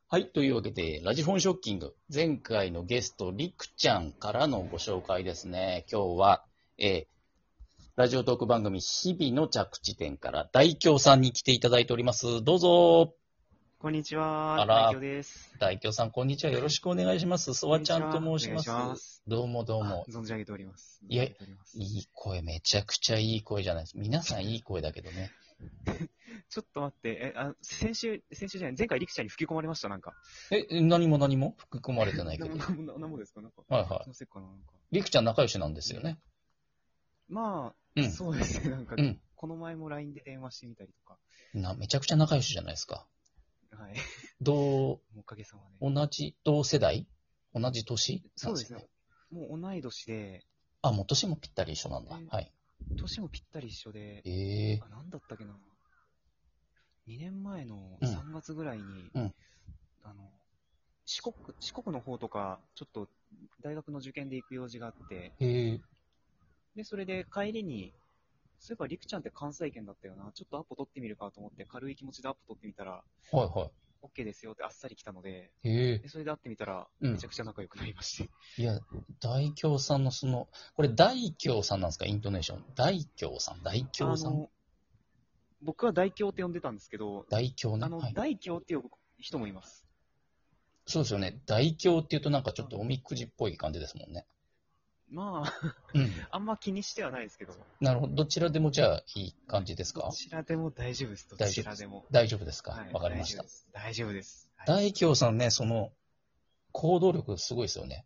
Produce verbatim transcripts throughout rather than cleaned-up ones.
はい。というわけで、ラジフォンショッキング。前回のゲスト、りくちゃんからのご紹介ですね。今日は、えーラジオトーク番組、日々の着地点から大京さんに来ていただいております。どうぞ。 こんにちは、大あら、 京です。 大京さん、こんにちは。よろしくお願いします。そこんわちゃんとにちは、 申します。 お願いします。 どうもどうあ、 も。 存じ上げております。存いえ、 じ上げております。 いい声、めちゃくちゃいい声じゃないですか。皆さんいい声だけどね。 ちょっと待って、え、あ、先週、先週じゃない、前回リクちゃんに吹き込まれました、なんか。 え、何も何も吹き込まれてないけなど。 んも、なんも、なんもですか、なんか。 はいは気のせいかな、なんか。 い。りくちゃん仲良しなんですよね。 ね。 まあ、 うん。 そうですね、なんか、 うん。 この前も ライン で電話してみたりとか。 な、めちゃくちゃ仲良しじゃないですか。 はい。 どおかげさまで。 う、同じ、同世代同じ年なんそうですね。 ですよね。 もう同い年で、 あ、もう年もぴったり一緒なんだ。 で、 はい。 年もぴったり一緒で、 ええあ、なんだったっけな。にねんまえのうん、 さんがつぐらいに、 うん。 あの、四国、四国の方とか、ちょっと大学の受験で行く用事があって、 ええで、それで帰りに、そういえばりくちゃんって関西圏だったよな、ちょっとアポ取ってみるかと思って軽い気持ちでアポ取ってみたら、 はいは OK ですよってあっさり来たので、 い。ええで、それで会ってみたら、 うん。 めちゃくちゃ仲良くなりまして。 いや、大京さんのその、これ大京さんなんですかイントネーション。大京さん大京さんあの、僕は大京って呼んでたんですけど、 大京ね。 あの、 はい。 大京って呼ぶ人もいます。 そうですよね。大京って言うとなんかちょっとおみくじっぽい感じですもんね。 まあ、 うん。 あんま気にしてはないですけど、 なるほど。どちらでもじゃあいいはい。 感じですかどちらでも大丈夫です。ど大丈夫です。 ちらでも。 大丈夫ですかはい。 わかりました。 大丈夫です。大丈夫です。はい。 大京さんね、その、行動力すごいですよね。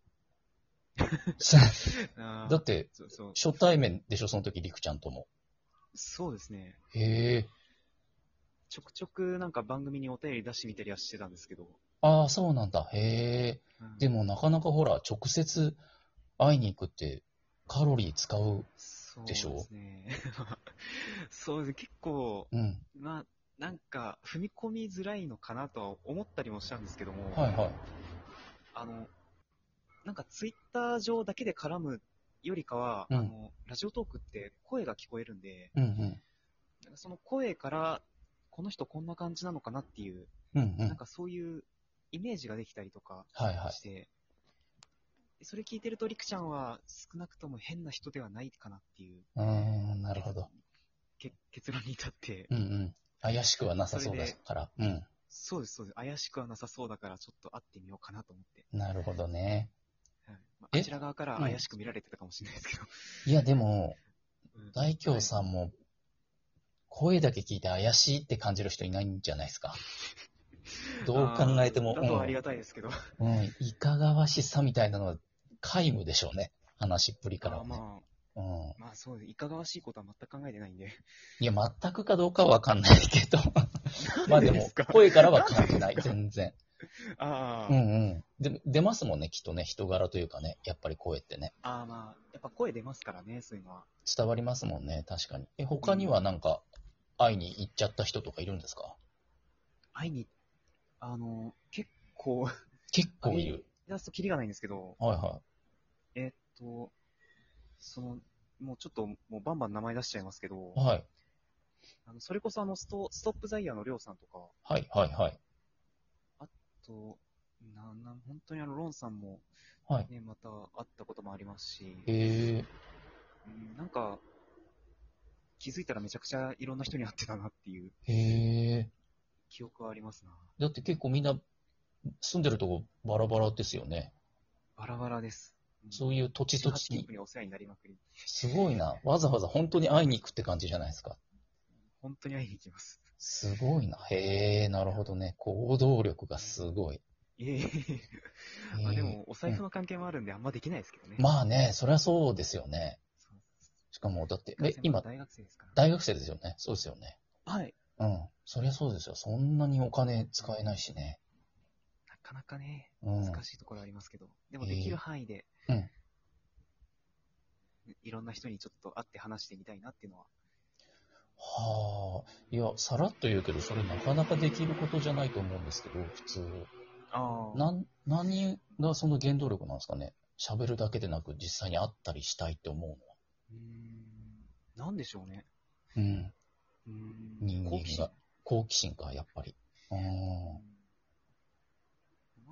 だああ、 って、 そうそう。 初対面でしょ、その時、りくちゃんとも。 そうですね。 へえ。 ちょくちょくなんか番組にお便り出してみたりはしてたんですけど、 ああ、そうなんだ。へえ。 うん、 でも、なかなかほら、直接会いに行くって、カロリー使うでしそうでょすね。そうですね。結構、 うん。 まあ、なんか踏み込みづらいのかなとは思ったりもしたんですけども、 はいはい。 あの、なんかツイッター上だけで絡むよりかは、 うん。 あの、ラジオトークって声が聞こえるんで、 うんうん。 なんかその声から、この人こんな感じなのかなっていう、 うんうん。 なんかそういうイメージができたりとかはいはい。 して、それ聞いてると、りくちゃんは少なくとも変な人ではないかなっていううーん、なるほ結ど。 け結論に至って、 うんうん。怪しくはなさそうだそれで、 から。うん。 そうです、そうです。怪しくはなさそうだから、ちょっと会ってみようかなと思って。 なるほどね。 はいまあ、あえ、 ちら側からうん。 怪しく見られてたかもしれないですけど。 いや、でも、 うん、 大京はい。 さんも、声だけ聞いて怪しいって感じる人いないんじゃないですか。どう考ああ、 えても、 だとありがたいですけど。 うん。うん。いかがわしさみたいなのは、皆無でしょうね。話っぷりからああ、 はね。 まあ、 うん。 まあそうです。いかがわしいことは全く考えてないんで。 いや、全くかどうかはわかんないけど。 なんまあでも、 でですか？ 声からはなんで感じない、 ですか？ 全然。うんあうん。で、出ますもんね、きっとね、人柄というかね、やっぱり声ってね。 あ、ああまあ、やっぱ声出ますからね、そういうのは。 伝わりますもんね、確かに。え、 う他にはなんん。 か、会いに行っちゃった人とかいるんですか会いに、あの、結構、 結あげ構いる。 出すとキリがないんですけど、 はいはえっと、その、もうちょっと、もうバンバン名前出しちゃいますけど、 い。はい。 あのそれこそあのスト、ストップザイヤーのりょうさんとか、 はいはいはい。 あと、な、な、本当にあの、ロンさんも、 はい。 ね、また会ったこともありますし、 へえ。 うん、なんか、気づいたらめちゃくちゃいろんな人に会ってたなっていうへえ。 記憶はありますな。 だって結構みんな住んでるとこバラバラですよね。 バラバラです。うん、 そういう土地なな、はち土地に。 局にお世話になりまくり。 すごいな。わざわざ本当に会いに行くって感じじゃないですか。 本当に会いに行きます。 すごいな。へえ、なるほどね。行動力がすごい。 いえいえいえ。 へまあでえ。 も、おうん。 財布の関係もあるんであんまできないですけどね。 まあね、そりゃそうですよね。 そうしかも、だって、え、 いかんせんまだ今、 大学生ですから。 大学生ですよね。そうですよね。 はい。 うん。そりゃそうですよ。そんなにお金使えないしね。 なかなかね、 うん。 難しいところありますけど、でもできるへえ。 範囲で、 うん。 いろんな人にちょっと会って話してみたいなっていうのは。 はあ。いや、さらっと言うけど、それなかなかできることじゃないと思うんですけど、普通。 ああ。 なん、何がその原動力なんですかね。喋るだけでなく、実際に会ったりしたいって思うのは。 うーん。なんでしょうね。 うん。 うーん。好奇心。 人間が。好奇心か、やっぱり。うーん。 うん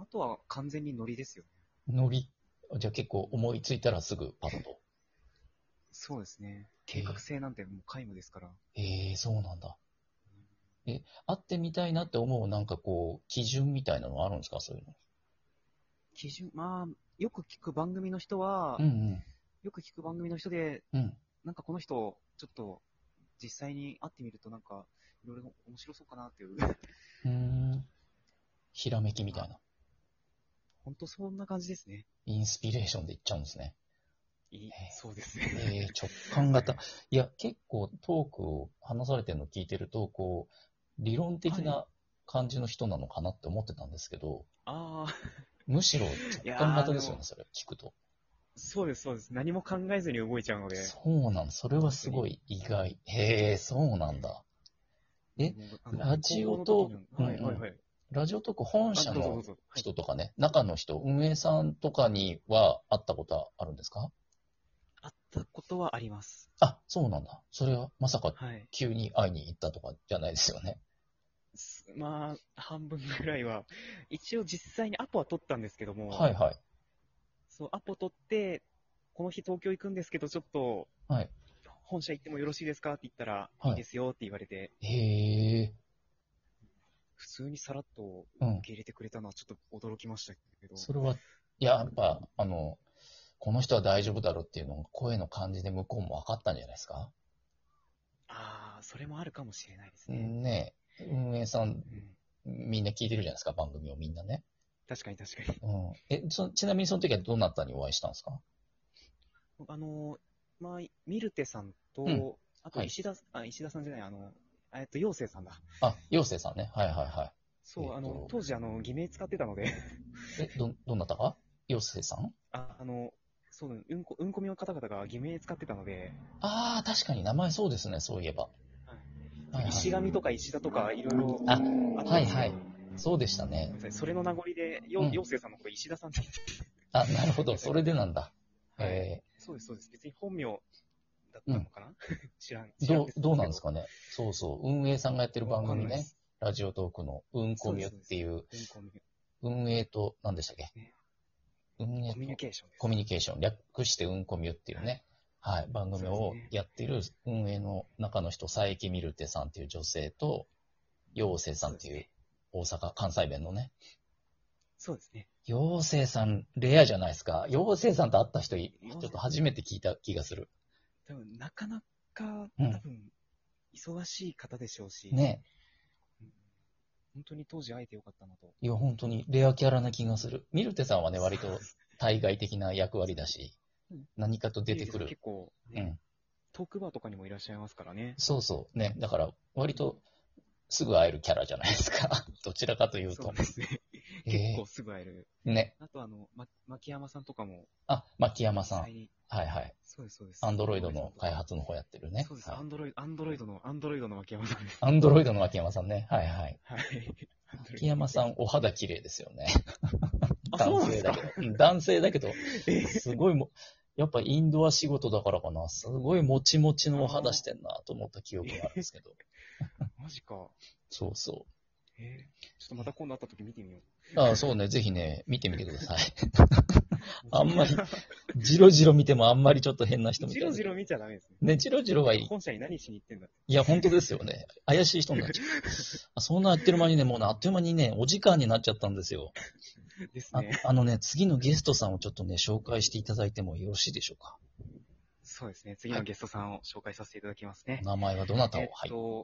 とは完全にノリですよね。 ノリ。じゃあ結構思いついたらすぐパッと。 そうですね。計画性なんてもう皆無ですから。 ええー、そうなんだ。え、会ってみたいなって思うなんかこう、基準みたいなのあるんですか、そういうの。 基準、まあ、よく聞く番組の人は、 うんうん。 よく聞く番組の人で、 うん。 なんかこの人、ちょっと、実際に会ってみるとなんか、いろいろ面白そうかなっていう。 うーん。ひらめきみたあ、 いな。 本当そんな感じですね。 インスピレーションでいっちゃうんですね。 いい、そうですえね。 ー、直感型。いや、結構トークを話されてるの聞いてると、こう、理論的はい。 な感じの人なのかなって思ってたんですけど、 ああ、 むしろ直い感やー、 型ですよね、 でも、 それ聞くと。 そうです、そうです。何も考えずに動いちゃうので、 そうなん、それは本当に。 すごい意外。へえ、そうなんだ。え、 もうあの、 ラジ高校オトーの時の、 ク、うんうん。 はいはいはい。 ラジオトーク本あ、 社のどうぞどうぞ。はい。 人とかね、中の人、運営さんとかには会ったことはあるんですか？ 会ったことはあります。 あ、そうなんだ。それはまさかはい。 急に会いに行ったとかじゃないですよね。 すまあ、半分ぐらいは、一応実際にアポは取ったんですけども、 はいはい。 そう、アポ取って、この日東京行くんですけど、ちょっと、 はい。 本社行ってもよろしいですかって言ったら、いいはですよって言われて、 い。へえ。 普通にさらっとうん。 受け入れてくれたのはちょっと驚きましたけど、 それは、いや、やっぱ、あの、この人は大丈夫だろうっていうのが声の感じで向こうも分かったんじゃないですか？ ああ、それもあるかもしれないですね。 ねえ、運営さん、 うん。 みんな聞いてるじゃないですか、番組をみんなね。 確かに確かに。 うん。え、そ、ちなみにその時はどなたにお会いしたんですか？ あの、まあ、ミルテさんうん。 と、あとはい。 石田、あ、石田さんじゃない、あの、えっと、陽生さんだ。 あ、陽生さんね。はいはいはい。えそう、 っあの、 と、 当時、あの、偽名使ってたので、 え、ど、どなたか？陽生さん？ あ、あの、そう、うんこ、うんこみの方々が偽名使ってたので、 ああー、確かに名前そうですね、そういえば。 はい、 はいはい。 石神とか石田とかいろいろあ、 あったんですけど、 はいはい。そうでしたね。 ごめんなさい、それの名残で、よ、 うん。 陽生さんのこと石田さんって言って、 あ、なるほど。 ごめんなさい。 それでなんだ。 はい。 えそうです、そうです。別に本名だっー、うん。 たのかな知らん、知らんどう、 でどうすけど、 なんですかね。そうそう。運営さんがやってるわ番組ね。 かんないです。 ラジオトークのうんこそうです、 みゅっそうです。 ていう、 うんこみ、 運営と、何でしたっけ？ ね、 運営コミュニとケーションです。 コミュニケーション。略してうんこみゅっていうはい。 ね。はい。番組をそうですね。 やっている運営の中の人、佐伯ミルテさんっていう女性と、陽生さんっていうそうですね。 大阪、関西弁のね。 そうですね。 陽生さん、レアじゃないですか。陽生さんと会った人い、ちょっと陽生、 初めて聞いた気がする。 多分、なかなか、 うん。 多分、忙しい方でしょうし、 ね。 うん、本当に当時会えてよかったなと。 いや、本当にレアキャラな気がする。ミルテさんはね、 そう割と対外的な役割だし、 うん、 何かと出ミルケさんてくる。 結構ね、 うん。 トークバーとかにもいらっしゃいますからね。 そうそう。ね。だから、割とすぐ会えるキャラじゃないですか。どちらかというと。 そうですね。結構えすぐ会える。 えね。 あとあの、ま、牧山さんとかも、 あ、牧山さん。 実際に、 はいはい。 そうです、そうです。 アンドロイドの陽平さんと。 開発の方やってるね。 そうです。 はい。 アンドロイド、アンドロイドの、アンドロイドの牧山さんです。 アンドロイドの牧山さんね。はいはい。 はい。アンドロイ牧山さん、お肌綺麗ですよね。 ド。あ、そ男うなんですか？ 性だけど。うん男性だけど、 えすごいも、やっぱインドア仕事だからかな。すごいもちもちのお肌しあてんなと思った記憶があるんですけど。 ー、マジか。 そうそえー、ちょっとまた今度会った時見てみよう。 う。ああ、そうね。ぜひね、見てみてください。あんまりもちろんジロジロ見てもあんまりちょっと変な人みたいな。 ジロジロ見ちゃダメですね。 ね、ジロジロはいい。 本社に何しに行ってんだって。 いや、本当ですよね。怪しい人になっちゃう。あそんなあっという間にね、もうね、あっという間にね、お時間になっちゃったんですよ。あですね。 あのね、次のゲストさんをちょっとね、紹介していただいてもよろしいでしょうか。 そうですね。次のゲストさんを紹介させていただきますね。 お名前はどなたを？ えっはい。 と、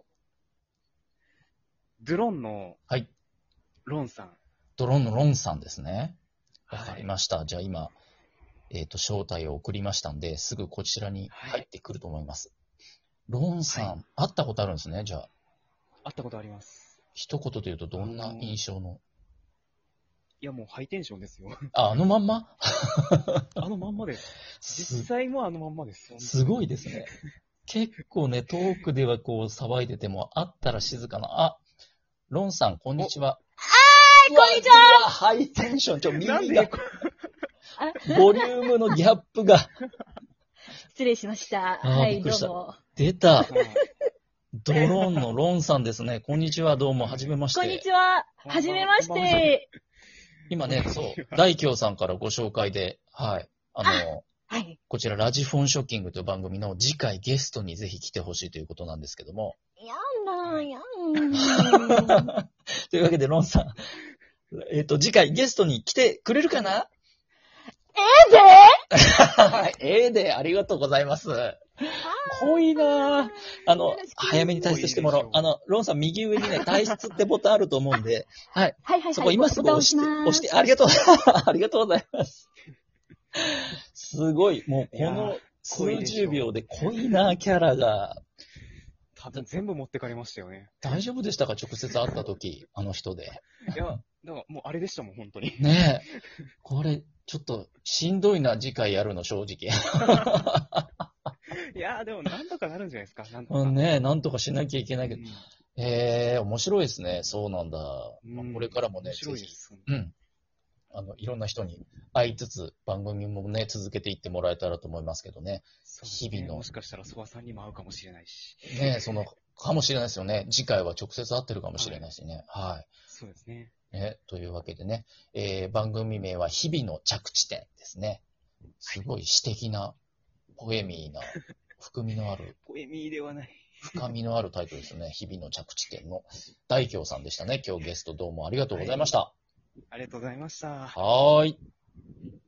ドゥロンのはい。 ロンさん。 ドローンのロンさんですね。わかはい。 りました。じゃあ今、えっと、招待を送りましたんで、すぐこちらに入ってくると思います。ロンさん、 はい会ったことあるんですね。じゃあ、 会ったことあります。 一言で言うとどんなあの印象の。 いや、もうハイテンションですよ。 あ、あのまんまあのまんまです。実す、 際もあのまんまです。本当にすごいですね。結構ね、トークではこう騒いでても、会ったら静かな。あ、ロンさん、こんにちは。 はい、こんにちは。 うわ、ハイテンション。ちょ、 なんで耳が、ボリュームのギャップが。 失礼しました。 あーはい、 びっくりしたどうも。 出た。 はいドローンのロンさんですね。こんにちは、どうも、はじめまして。 こんにちは。 こんばんはじめましこんばんはて。 今ね、そう、大京さんからご紹介で、はい。あの、 はい。 こちら、ラジフォンショッキングという番組の次回ゲストにぜひ来てほしいということなんですけども。 やんなやん。 というわけで、ロンさん、えっと、次回ゲストに来てくれるかな？ えでええで、ありがとうございます。濃いなぁ。あの、早めに退出してもらおう。あの、ロンさん右上にね、退出ってボタンあると思うんで、はい。 はいはいはい。 そこ今すぐ押して、押して、ありがとう、ありがとうございます。すごい、もうこの数十秒で濃いな、キャラが。 多分全部持ってかれましたよね。 大丈夫でしたか？直接会った時、あの人で。 いや、だからもうあれでしたもん、本当に。 ねえ。これ、ちょっと、しんどいな、次回やるの、正直。 いや、でもなんとかなるんじゃないですか、なんとか。 うん、ねえ、なんとかしなきゃいけないけど。 うんへえ、面白いですね。そうなんだ。 うんまあ、これからもね、 面白いぜひ、 です。 うん。あの、いろんな人に会いつつ、番組もね、続けていってもらえたらと思いますけどね。 そうですね日々のもしかしたらソワさんにも会うかもしれないし。 ね、その、かもしれないですよね。次回は直接会ってるかもしれないしね。はい。 そうですね。 ね、というわけでね、えー、番組名は日々の着地点ですね。すごい詩的な、ポエミーな、含みのある、 ポエミーではない。 深みのあるタイトルですね。日々の着地点の大京さんでしたね。今日ゲストどうもありがとうございました。 ありがとうございました。 はーい。